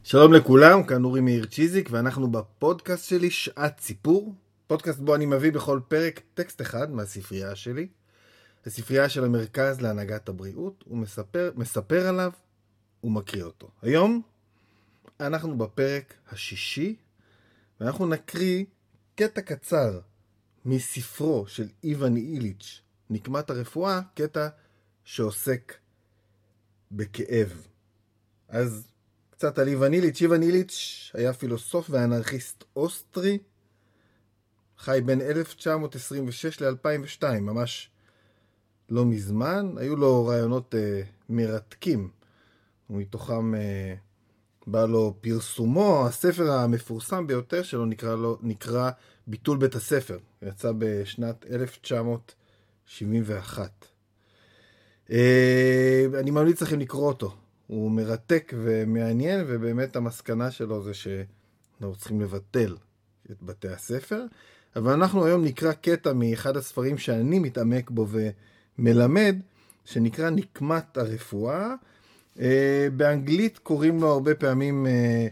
שלום לכולם, כאן אורי מאיר צ'יזיק, ואנחנו בפודקאסט שלי שעת סיפור. פודקאסט בו אני מביא בכל פרק טקסט אחד מהספרייה שלי, הספרייה של המרכז להנהגת הבריאות, הוא מספר עליו ומקריא אותו. היום אנחנו בפרק השישי, ואנחנו נקריא קטע קצר מספרו של איוון איליץ', נקמת הרפואה, קטע שעוסק בכאב. אז קצת על איוון איליץ'. איוון איליץ' היה פילוסוף ואנרכיסט אוסטרי, חי בין 1926 ל-2002, ממש לא מזמן. היו לו רעיונות מרתקים, ומתוכם בא לו פרסומו. הספר המפורסם ביותר שלו נקרא ביטול בית הספר, יצא בשנת 1971. אני ממליץ לכם לקרוא אותו, הוא מרתק ומעניין, ובאמת המסקנה שלו זה שאנחנו צריכים לבטל את בתי הספר. אבל אנחנו היום נקרא קטע מאחד הספרים שאני מתעמק בו ומלמד, שנקרא נקמת הרפואה. באנגלית קוראים לו הרבה פעמים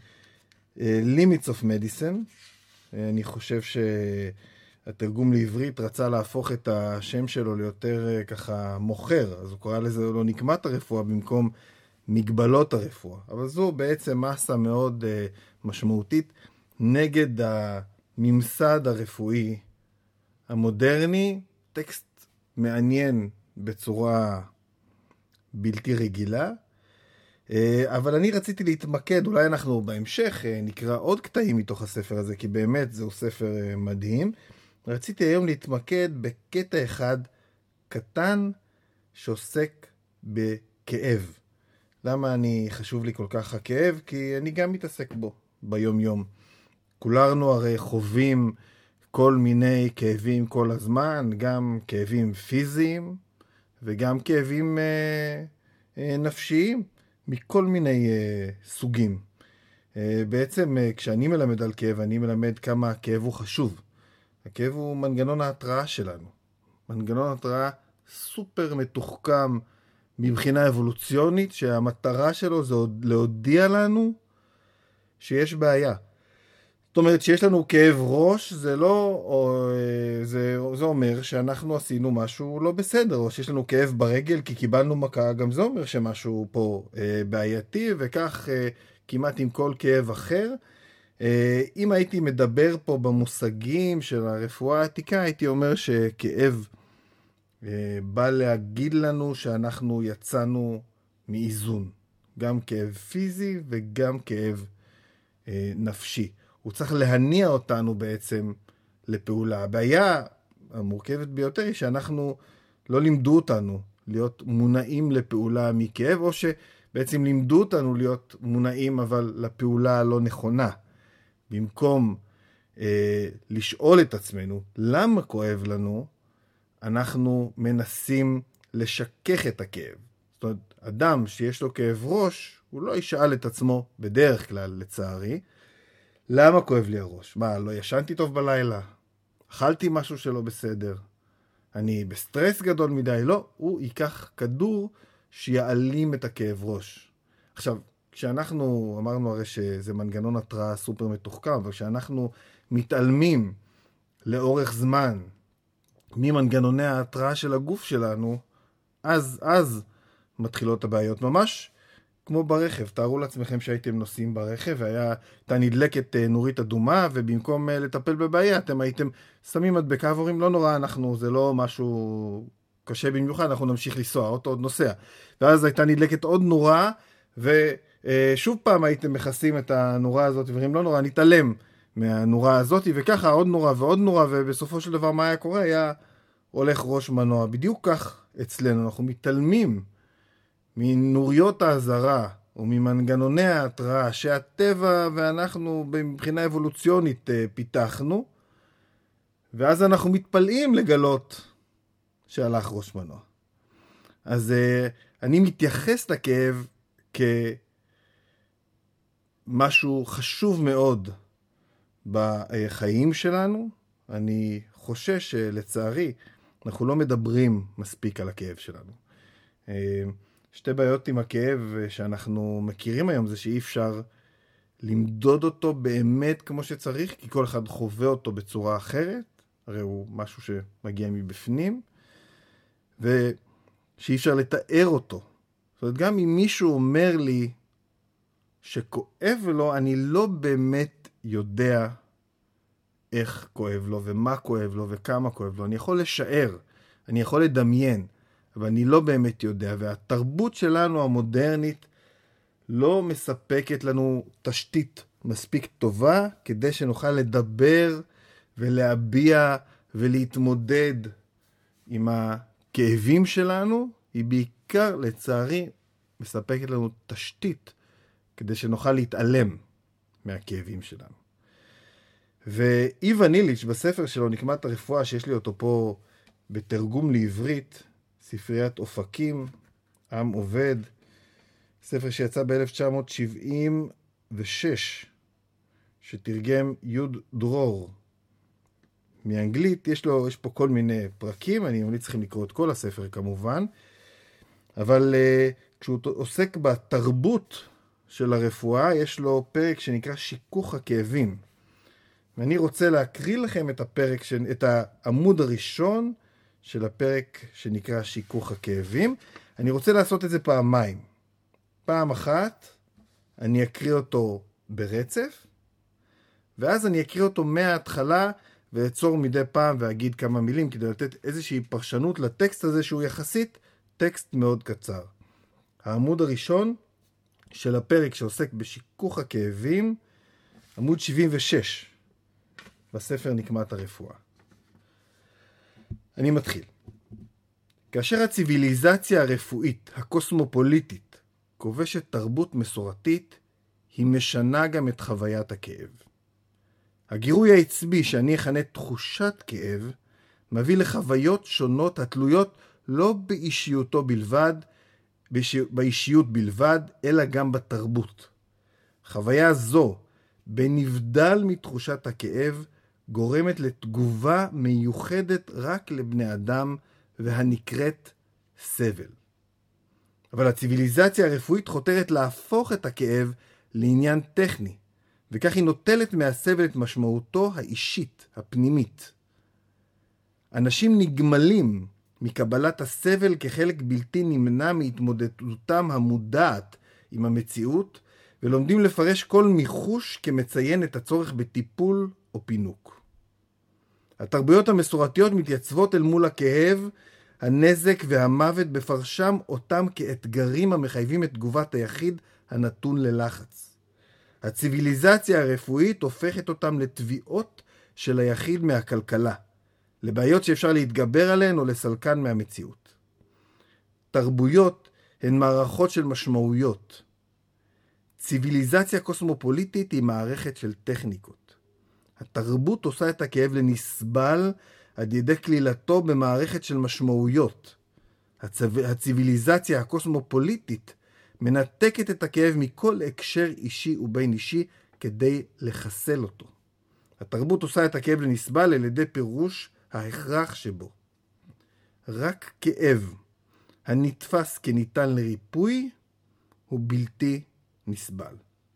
Limits of Medicine. אני חושב שהתרגום לעברית רצה להפוך את השם שלו ליותר ככה מוכר, אז הוא קורא לזה לא נקמת הרפואה במקום מגבלות הרפואה. אבל זו בעצם מסה מאוד משמעותית נגד הממסד הרפואי המודרני. טקסט מעניין בצורה בלתי רגילה. אבל אני רציתי להתמקד, אולי אנחנו בהמשך נקרא עוד קטעים מתוך הספר הזה, כי באמת זהו ספר מדהים. רציתי היום להתמקד בקטע אחד קטן שעוסק בכאב. למה חשוב לי כל כך הכאב? כי אני גם מתעסק בו ביום יום. כולנו הרי חווים כל מיני כאבים כל הזמן, גם כאבים פיזיים וגם כאבים נפשיים מכל מיני סוגים. בעצם כשאני מלמד על כאב, אני מלמד כמה הכאב הוא חשוב. הכאב הוא מנגנון ההתראה שלנו. מנגנון ההתראה סופר מתוחכם מבחינה אבולוציונית, שהמטרה שלו זה להודיע לנו שיש בעיה. זאת אומרת, שיש לנו כאב ראש, זה לא, זה אומר שאנחנו עשינו משהו לא בסדר, או שיש לנו כאב ברגל כי קיבלנו מכה, גם זה אומר שמשהו פה בעייתי, וכך כמעט עם כל כאב אחר. אם הייתי מדבר פה במושגים של הרפואה העתיקה, הייתי אומר שכאב בא להגיד לנו שאנחנו יצאנו מאיזון. גם כאב פיזי וגם כאב נפשי. הוא צריך להניע אותנו בעצם לפעולה. הבעיה המורכבת ביותר היא שאנחנו לא לימדו אותנו להיות מונעים לפעולה מכאב, או שבעצם לימדו אותנו להיות מונעים אבל לפעולה הלא נכונה. במקום לשאול את עצמנו למה כואב לנו, אנחנו מנסים לשכך את הכאב. זאת אומרת, אדם שיש לו כאב ראש, הוא לא ישאל את עצמו, בדרך כלל לצערי, למה כואב לי הראש? מה, לא ישנתי טוב בלילה? אכלתי משהו שלא בסדר? אני בסטרס גדול מדי? לא, הוא ייקח כדור שיעלים את הכאב ראש. עכשיו, כשאנחנו אמרנו הרי שזה מנגנון התראה סופר מתוחכם, אבל כשאנחנו מתעלמים לאורך זמן ממנגנוני ההתראה של הגוף שלנו, אז מתחילות הבעיות. ממש כמו ברכב. תארו לעצמכם שהייתם נוסעים ברכב, והייתה נדלקת נורית אדומה, ובמקום לטפל בבעיה, אתם הייתם שמים מדבקה ואומרים, לא נורא, זה לא משהו קשה במיוחד, אנחנו נמשיך לנסוע, האוטו עוד נוסע. ואז הייתה נדלקת עוד נורה, ושוב פעם הייתם מכסים את הנורה הזאת, ואומרים, לא נורא, נתעלם מהנורה הזאת, וככה עוד נורה ועוד נורה, ובסופו של דבר מה היה קורה? היה הולך ראש מנוע. בדיוק כך אצלנו, אנחנו מתעלמים מנוריות ההזרה וממנגנוני ההתראה שהטבע ואנחנו מבחינה אבולוציונית פיתחנו, ואז אנחנו מתפלאים לגלות שהלך ראש מנוע. אז אני מתייחס לכאב כמשהו חשוב מאוד בחיים שלנו. אני חושש שלצערי אנחנו לא מדברים מספיק על הכאב שלנו. שתי בעיות עם הכאב שאנחנו מכירים היום זה שאי אפשר למדוד אותו באמת כמו שצריך, כי כל אחד חווה אותו בצורה אחרת, הרי הוא משהו שמגיע מבפנים, ושאי אפשר לתאר אותו. זאת אומרת, גם אם מישהו אומר לי שכואב לו, אני לא באמת יודע איך כואב לו, ומה כואב לו, וכמה כואב לו. אני יכול לשער, אני יכול לדמיין, אבל אני לא באמת יודע. והתרבות שלנו המודרנית לא מספקת לנו תשתית מספיק טובה, כדי שנוכל לדבר ולהביע ולהתמודד עם הכאבים שלנו. היא בעיקר, לצערי, מספקת לנו תשתית, כדי שנוכל להתעלם מהכאבים שלנו. ואיוון איליץ' בספר שלו נקמת הרפואה, שיש לי אותו פה בתרגום לעברית, ספריית אופקים, עם עובד, ספר שיצא ב-1976, שתרגם יוד דרור מאנגלית. יש פה כל מיני פרקים, אני ממליץ צריכים לקרוא את כל הספר כמובן, אבל כשהוא עוסק בתרבות של הרפואה, יש לו פרק שנקרא שיכוך הכאבים. ואני רוצה להקריא לכם את העמוד הראשון של הפרק שנקרא שיכוך הכאבים. אני רוצה לעשות את זה פעמיים. פעם אחת אני אקריא אותו ברצף, ואז אני אקריא אותו מההתחלה ואצור מדי פעם ואגיד כמה מילים כדי לתת איזושהי פרשנות לטקסט הזה שהוא יחסית טקסט מאוד קצר. העמוד הראשון של הפרק שעוסק בשיכוך הכאבים, עמוד 76 בספר נקמת הרפואה. אני מתחיל. כאשר הציביליזציה הרפואית, הקוסמופוליטית, כובשת תרבות מסורתית, היא משנה גם את חוויית הכאב. הגירוי העצבי שאני אכנה תחושת כאב, מביא לחוויות שונות התלויות לא באישיות בלבד, אלא גם בתרבות. חוויה זו, בנבדל מתחושת הכאב, גורמת לתגובה מיוחדת רק לבני אדם, והנקראת סבל. אבל הציביליזציה הרפואית חותרת להפוך את הכאב לעניין טכני, וכך היא נוטלת מהסבל את משמעותו האישית, הפנימית. אנשים נגמלים מקבלת הסבל כחלק בלתי נמנע מהתמודדותם המודעת עם המציאות, ולומדים לפרש כל מיחוש כמציין את הצורך בטיפול או פינוק. התרבויות המסורתיות מתייצבות אל מול הכאב, הנזק והמוות בפרשם אותם כאתגרים המחייבים את תגובת היחיד הנתון ללחץ. הציביליזציה הרפואית הופכת אותם לתביעות של היחיד מהכלכלה, לבעיות שאפשר להתגבר עליהן או לסלקן מהמציאות. תרבויות הן מערכות של משמעויות. ציביליזציה קוסמופוליטית היא מערכת של טכניקות. התרבות עושה את הכאב לנסבל עד ידי כלילתו במערכת של משמעויות. הציביליזציה הקוסמופוליטית מנתקת את הכאב מכל הקשר אישי ובין אישי כדי לחסל אותו. התרבות עושה את הכאב לנסבל על ידי פירוש ההכרח שבו. רק כאב הנתפס כניתן לריפוי הוא בלתי נסבל.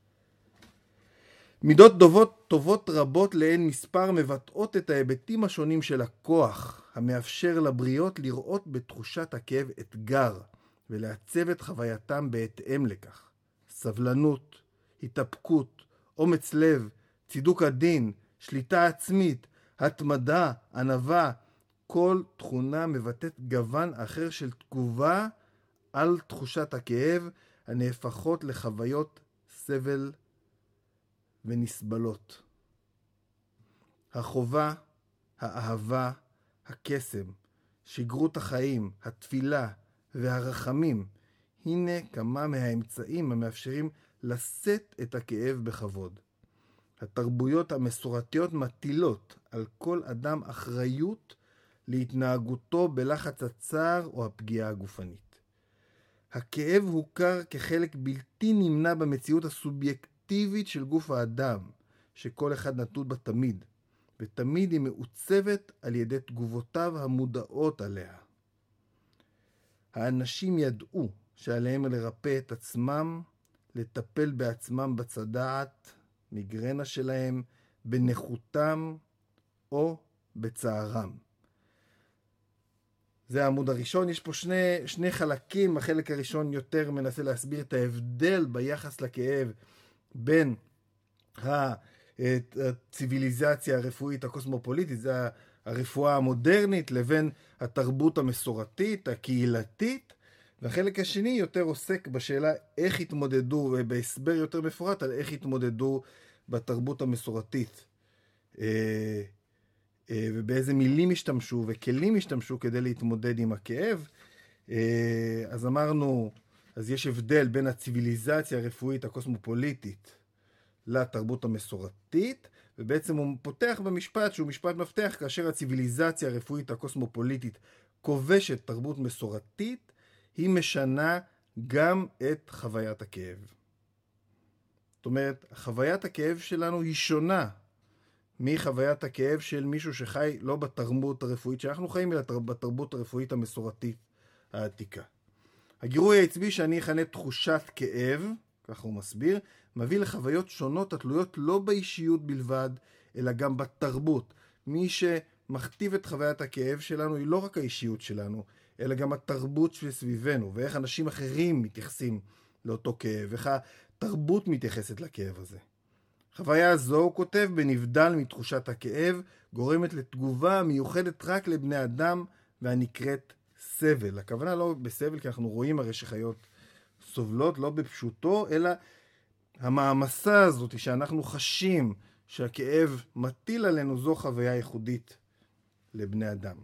מידות טובות רבות להן מספר מבטאות את ההיבטים השונים של הכוח, המאפשר לבריות לראות בתחושת הכאב אתגר, ולעצב את חווייתם בהתאם לכך. סבלנות, התאפקות, אומץ לב, צידוק הדין, שליטה עצמית, התמדה, ענווה, כל תכונה מבטאת גוון אחר של תגובה על תחושת הכאב, הנהפכות לחוויות סבל ונסבלות. החובה, האהבה, הקסם, שגרות החיים, התפילה והרחמים, הנה כמה מהאמצעים המאפשרים לשאת את הכאב בכבוד. התרבויות המסורתיות מטילות על כל אדם אחריות להתנהגותו בלחץ הצער או הפגיעה הגופנית. הכאב הוכר כחלק בלתי נמנע במציאות הסובייקטיבית של גוף האדם, שכל אחד נתון בה תמיד, ותמיד היא מעוצבת על ידי תגובותיו המודעות עליה. האנשים ידעו שעליהם לרפא את עצמם, לטפל בעצמם בצדעת מיגרנה שלהם, בנכותם או בצערם. זה העמוד הראשון. יש פה שני חלקים. החלק הראשון יותר מנסה להסביר את ההבדל ביחס לכאב בין הציביליזציה הרפואית הקוסמופוליטית, זה הרפואה המודרנית, לבין התרבות המסורתית, הקהילתית. והחלק השני יותר עוסק בשאלה איך התמודדו, בהסבר יותר מפורט על איך התמודדו בתרבות המסורתית. ובאיזה מילים השתמשו וכלים השתמשו כדי להתמודד עם הכאב. אז אמרנו, אז יש הבדל בין הציביליזציה הרפואית הקוסמופוליטית לתרבות המסורתית, ובעצם הוא פותח במשפט שהוא משפט מפתח, כאשר הציביליזציה הרפואית הקוסמופוליטית כובשת תרבות מסורתית, היא משנה גם את חוויית הכאב. זאת אומרת, חוויית הכאב שלנו היא שונה מחוויית הכאב של מישהו שחי לא בתרבות הרפואית שאנחנו חיים, אלא בתרבות הרפואית המסורתית העתיקה. הגירוי העצבי שאני אכנה תחושת כאב, כך הוא מסביר, מביא לחוויות שונות התלויות לא באישיות בלבד, אלא גם בתרבות. מי שמכתיב את חוויית הכאב שלנו היא לא רק האישיות שלנו, אלא גם התרבות שסביבנו, ואיך אנשים אחרים מתייחסים לאותו כאב, איך התרבות מתייחסת לכאב הזה. חוויה הזו, הוא כותב, בנבדל מתחושת הכאב, גורמת לתגובה מיוחדת רק לבני אדם, והנקראת סבל. הכוונה לא בסבל, כי אנחנו רואים הרי שחיות סובלות, לא בפשוטו, אלא המעמסה הזאת שאנחנו חשים שהכאב מטיל עלינו, זו חוויה ייחודית לבני אדם.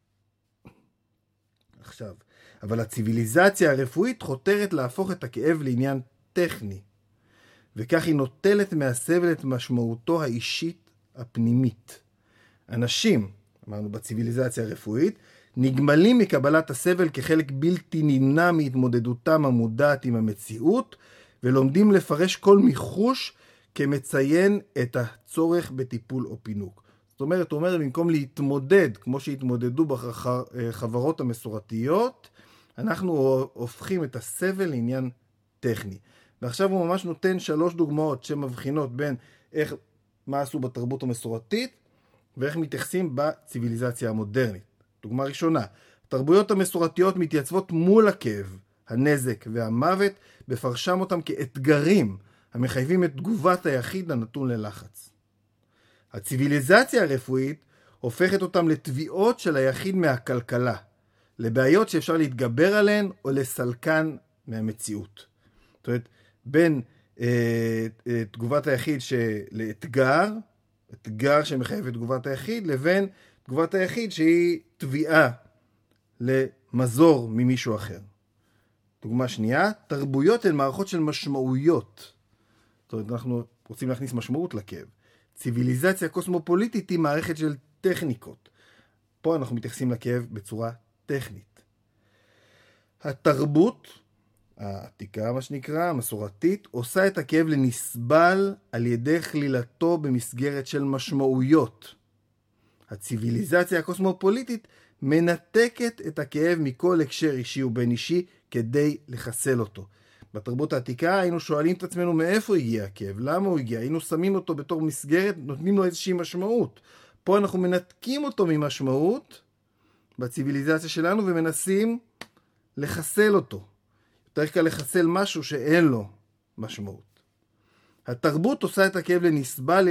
עכשיו, אבל הציביליזציה הרפואית חותרת להפוך את הכאב לעניין טכני, וכך היא נוטלת מהסבל את משמעותו האישית הפנימית. אנשים, אמרנו בציביליזציה הרפואית, נגמלים מקבלת הסבל כחלק בלתי נמנע מהתמודדותם המודעת עם המציאות, ולומדים לפרש כל מיחוש כמציין את הצורך בטיפול או פינוק. זאת אומרת, הוא אומר, במקום להתמודד, כמו שהתמודדו בחברות המסורתיות, אנחנו הופכים את הסבל לעניין טכני. ועכשיו הוא ממש נותן 3 דוגמאות שמבחינות בין מה עשו בתרבות המסורתית, ואיך מתייחסים בציביליזציה המודרנית. דוגמה ראשונה, התרבויות המסורתיות מתייצבות מול הכאב, הנזק והמוות, בפרשם אותם כאתגרים המחייבים את תגובת היחיד הנתון ללחץ. הציביליזציה הרפואית הופכת אותם לתביעות של היחיד מהכלכלה, לבעיות שאפשר להתגבר עליהן או לסלקן מהמציאות. זאת אומרת, בין תגובת היחיד אתגר שמחייב את תגובת היחיד, לבין תגובת היחיד שהיא תביעה למזור ממישהו אחר. דוגמה שנייה, תרבויות הן מערכות של משמעויות. זאת אומרת, אנחנו רוצים להכניס משמעות לכאב. ציביליזציה קוסמופוליטית היא מערכת של טכניקות. פה אנחנו מתייחסים לכאב בצורה טכנית. התרבות העתיקה, מה שנקרא, המסורתית, עושה את הכאב לנסבל על ידי כלילתו במסגרת של משמעויות. הציביליזציה הקוסמופוליטית מנתקת את הכאב מכל הקשר אישי ובין אישי כדי לחסל אותו. בתרבות העתיקה היינו שואלים את עצמנו מאיפה הגיע הכאב, למה הוא הגיע, היינו שמים אותו בתור מסגרת, נותנים לו איזושהי משמעות. פה אנחנו מנתקים אותו ממשמעות בציביליזציה שלנו ומנסים לחסל אותו. יותר קל לחסל משהו שאין לו משמעות. התרבות עושה את הכאב לנסבל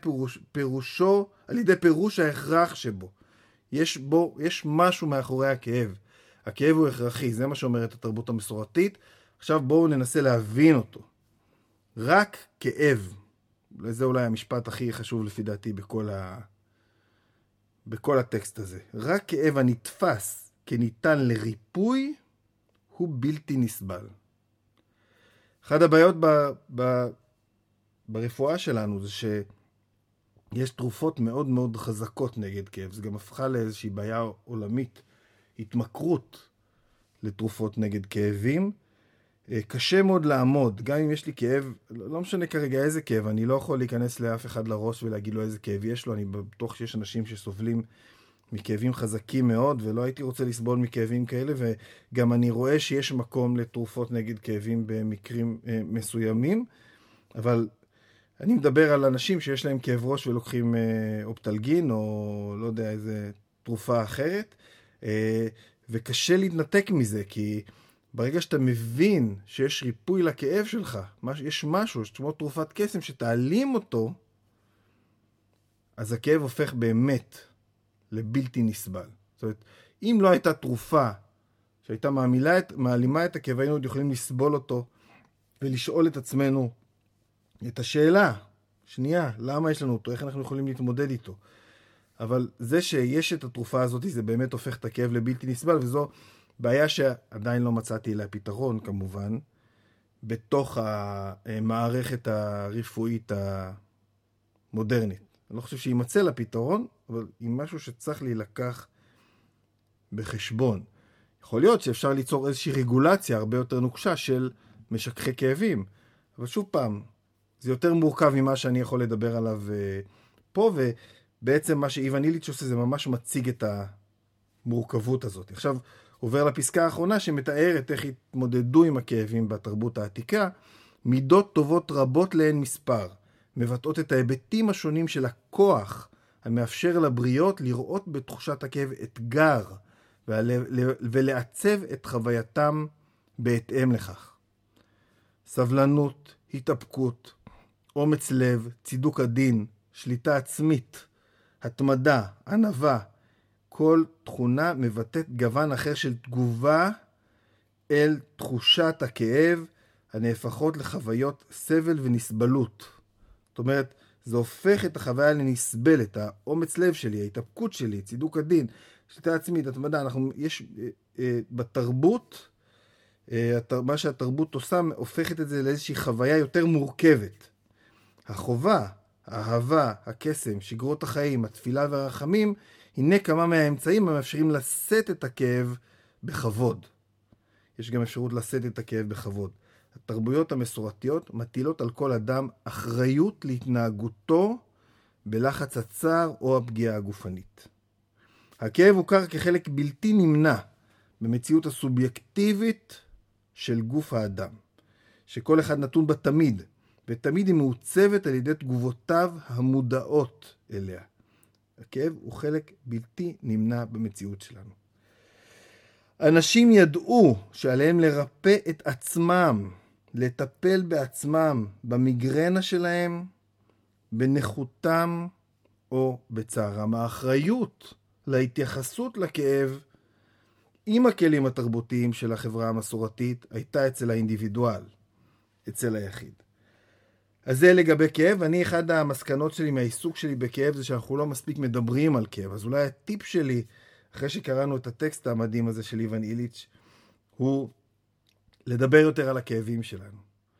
על ידי פירוש ההכרח שבו. יש משהו מאחורי הכאב. הכאב הוא הכרחי, זה מה שאומרת התרבות המסורתית. עכשיו בואו ננסה להבין אותו. רק כאב, זה אולי המשפט הכי חשוב לפי דעתי בכל הטקסט הזה. רק כאב הנתפס כניתן לריפוי הוא בלתי נסבל. אחת הבעיות ברפואה שלנו זה שיש תרופות מאוד מאוד חזקות נגד כאב. זה גם הפכה לאיזושהי בעיה עולמית, התמכרות לתרופות נגד כאבים. קשה מאוד לעמוד, גם אם יש לי כאב, לא משנה כרגע איזה כאב, אני לא יכול להיכנס לאף אחד לראש ולהגיד לו איזה כאב יש לו, אני בטוח שיש אנשים שסובלים מכאבים חזקים מאוד, ולא הייתי רוצה לסבול מכאבים כאלה, וגם אני רואה שיש מקום לתרופות נגד כאבים במקרים מסוימים, אבל אני מדבר על אנשים שיש להם כאב ראש ולוקחים אופטלגין, או לא יודע, איזה תרופה אחרת, וקשה להתנתק מזה, כי ברגע שאתה מבין שיש ריפוי לכאב שלך, יש משהו, כמו תרופת קסם, שתעלים אותו, אז הכאב הופך באמת לבלתי נסבל. זאת אומרת, אם לא הייתה תרופה שהייתה מעלימה את הכאב, היינו עוד יכולים לסבול אותו, ולשאול את עצמנו את השאלה, שנייה, למה יש לנו אותו? איך אנחנו יכולים להתמודד איתו? אבל זה שיש את התרופה הזאת, זה באמת הופך את הכאב לבלתי נסבל, וזו בעיה שעדיין לא מצאתי לה פתרון, כמובן, בתוך המערכת הרפואית המודרנית. אני לא חושב שימצא לה פתרון, אבל היא משהו שצריך להילקח בחשבון. יכול להיות שאפשר ליצור איזושהי רגולציה הרבה יותר נוקשה של משככי כאבים, אבל שוב פעם, זה יותר מורכב ממה שאני יכול לדבר עליו פה, ובעצם מה שאיוון איליץ' עושה זה ממש מציג את המורכבות הזאת. עכשיו עובר לפסקה האחרונה שמתארת איך התמודדו עם הכאבים בתרבות העתיקה, מידות טובות רבות להן מספר, מבטאות את ההיבטים השונים של הכוח המאפשר לבריות לראות בתחושת הכאב אתגר, ולעצב את חווייתם בהתאם לכך. סבלנות, התאפקות, אומץ לב, צידוק הדין, שליטה עצמית, התמדה, ענווה, כל תכונה מבטאת גוון אחר של תגובה אל תחושת הכאב הנהפכות לחוויות סבל ונסבלות. זאת אומרת, זה הופך את החוויה לנסבלת, האומץ לב שלי, ההתאפקות שלי, צידוק הדין, שליטה עצמית, התמדה. יש בתרבות, מה שהתרבות עושה, הופכת את זה לאיזושהי חוויה יותר מורכבת. החובה, האהבה, הקסם, שגרות החיים, התפילה והרחמים, הנה כמה מהאמצעים המאפשרים לשאת את הכאב בכבוד. יש גם אפשרות לשאת את הכאב בכבוד. התרבויות המסורתיות מטילות על כל אדם אחריות להתנהגותו בלחץ הצער או הפגיעה הגופנית. הכאב הוכר כחלק בלתי נמנע במציאות הסובייקטיבית של גוף האדם, שכל אחד נתון בה תמיד, ותמיד היא מעוצבת על ידי תגובותיו המודעות אליה. הכאב הוא חלק בלתי נמנע במציאות שלנו. אנשים ידעו שעליהם לרפא את עצמם, לטפל בעצמם, במיגרנה שלהם, בנכותם או בצערם. האחריות להתייחסות לכאב עם הכלים התרבותיים של החברה המסורתית הייתה אצל האינדיבידואל, אצל היחיד. אז זה לגבי כאב. אני, אחד המסקנות שלי מהעיסוק שלי בכאב זה שאנחנו לא מספיק מדברים על כאב. אז אולי הטיפ שלי, אחרי שקראנו את הטקסט המדהים הזה של איוון איליץ', הוא לדבר יותר על הכאבים שלנו.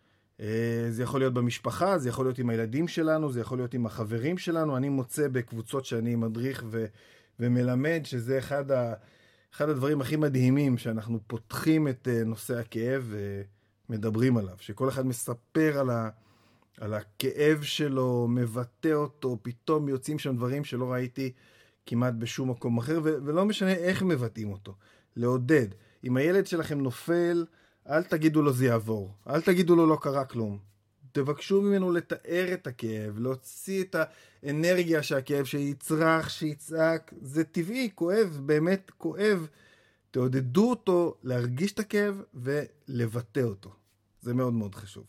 זה יכול להיות במשפחה, זה יכול להיות עם הילדים שלנו, זה יכול להיות עם החברים שלנו. אני מוצא בקבוצות שאני מדריך ומלמד, שזה אחד הדברים הכי מדהימים, שאנחנו פותחים את נושא הכאב ומדברים עליו. שכל אחד מספר על הכאב שלו, מבטא אותו, פתאום יוצאים שם דברים שלא ראיתי כמעט בשום מקום אחר, ולא משנה איך מבטאים אותו. לעודד. אם הילד שלכם נופל, אל תגידו לו זה יעבור. אל תגידו לו לא קרה כלום. תבקשו ממנו לתאר את הכאב, להוציא את האנרגיה שהכאב, שיצרח, שיצעק. זה טבעי, כואב, באמת כואב. תעודדו אותו להרגיש את הכאב ולבטא אותו. זה מאוד מאוד חשוב.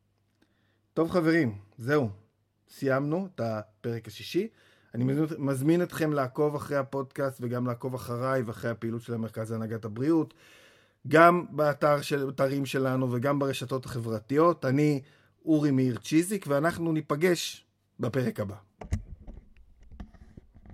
טוב חברים, זהו. סיימנו את הפרק השישי. אני מזמין אתכם לעקוב אחרי הפודקאסט וגם לעקוב אחריי ואחרי הפעילות של המרכז להנהגת הבריאות, גם באתרים שלנו וגם ברשתות החברתיות. אני אורי מאיר צ'יזיק, ואנחנו ניפגש בפרק הבא.